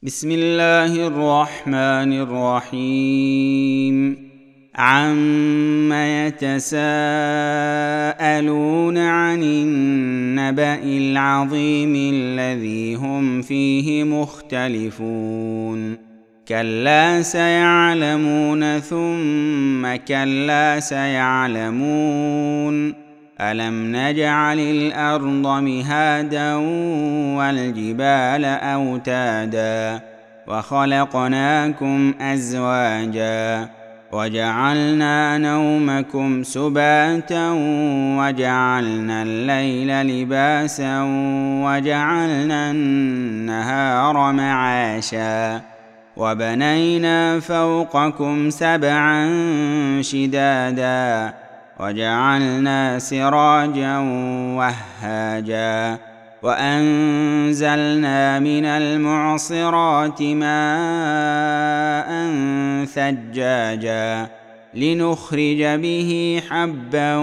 بسم الله الرحمن الرحيم. عم يتساءلون عن النبأ العظيم الذي هم فيه مختلفون. كلا سيعلمون ثم كلا سيعلمون. ألم نجعل الأرض مهادا والجبال أوتادا وخلقناكم أزواجا وجعلنا نومكم سباتا وجعلنا الليل لباسا وجعلنا النهار معاشا وبنينا فوقكم سبعا شدادا وجعلنا سراجا وهاجا وأنزلنا من المعصرات ماء ثجاجا لنخرج به حبا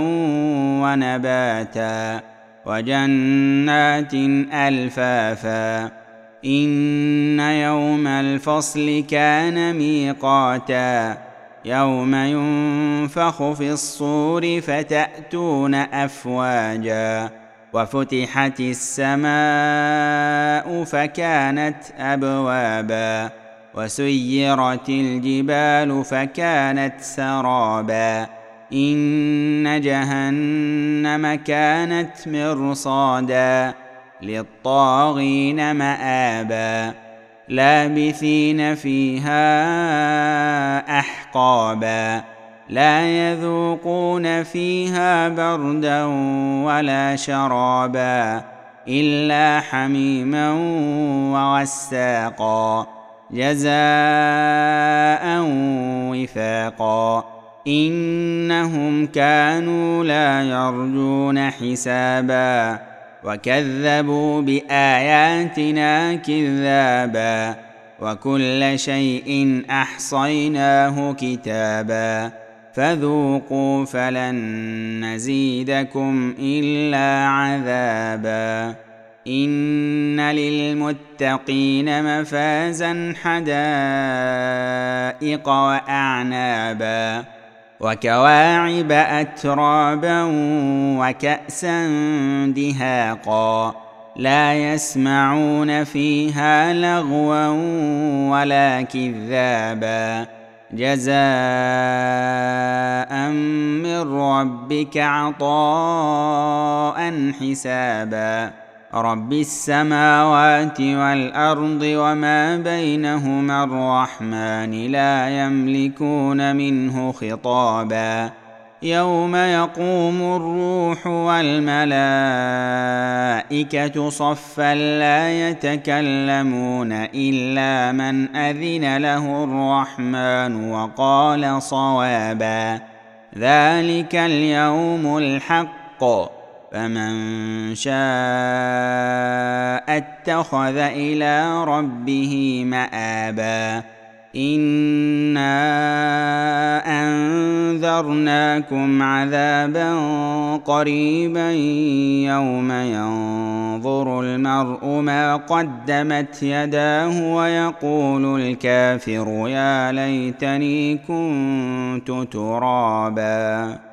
ونباتا وجنات ألفافا. إن يوم الفصل كان ميقاتا يوم ينفخ في الصور فتأتون أفواجا وفتحت السماء فكانت أبوابا وسيرت الجبال فكانت سرابا. إن جهنم كانت مرصادا للطاغين مآبا لابثين فيها أحقابا لا يذوقون فيها بردا ولا شرابا إلا حميما وغساقا جزاء وفاقا. إنهم كانوا لا يرجون حسابا وكذبوا بآياتنا كذابا وكل شيء أحصيناه كتابا فذوقوا فلن نزيدكم إلا عذابا. إن للمتقين مفازا حدائق وأعنابا وكواعب أترابا وكأسا دهاقا لا يسمعون فيها لغوا ولا كذابا جزاء من ربك عطاء حسابا. رب السماوات والأرض وما بينهما الرحمن لا يملكون منه خطابا. يوم يقوم الروح والملائكة صفا لا يتكلمون إلا من أذن له الرحمن وقال صوابا. ذلك اليوم الحق فمن شاء اتخذ إلى ربه مآبا. إنا أنذرناكم عذابا قريبا يوم ينظر المرء ما قدمت يداه ويقول الكافر يا ليتني كنت ترابا.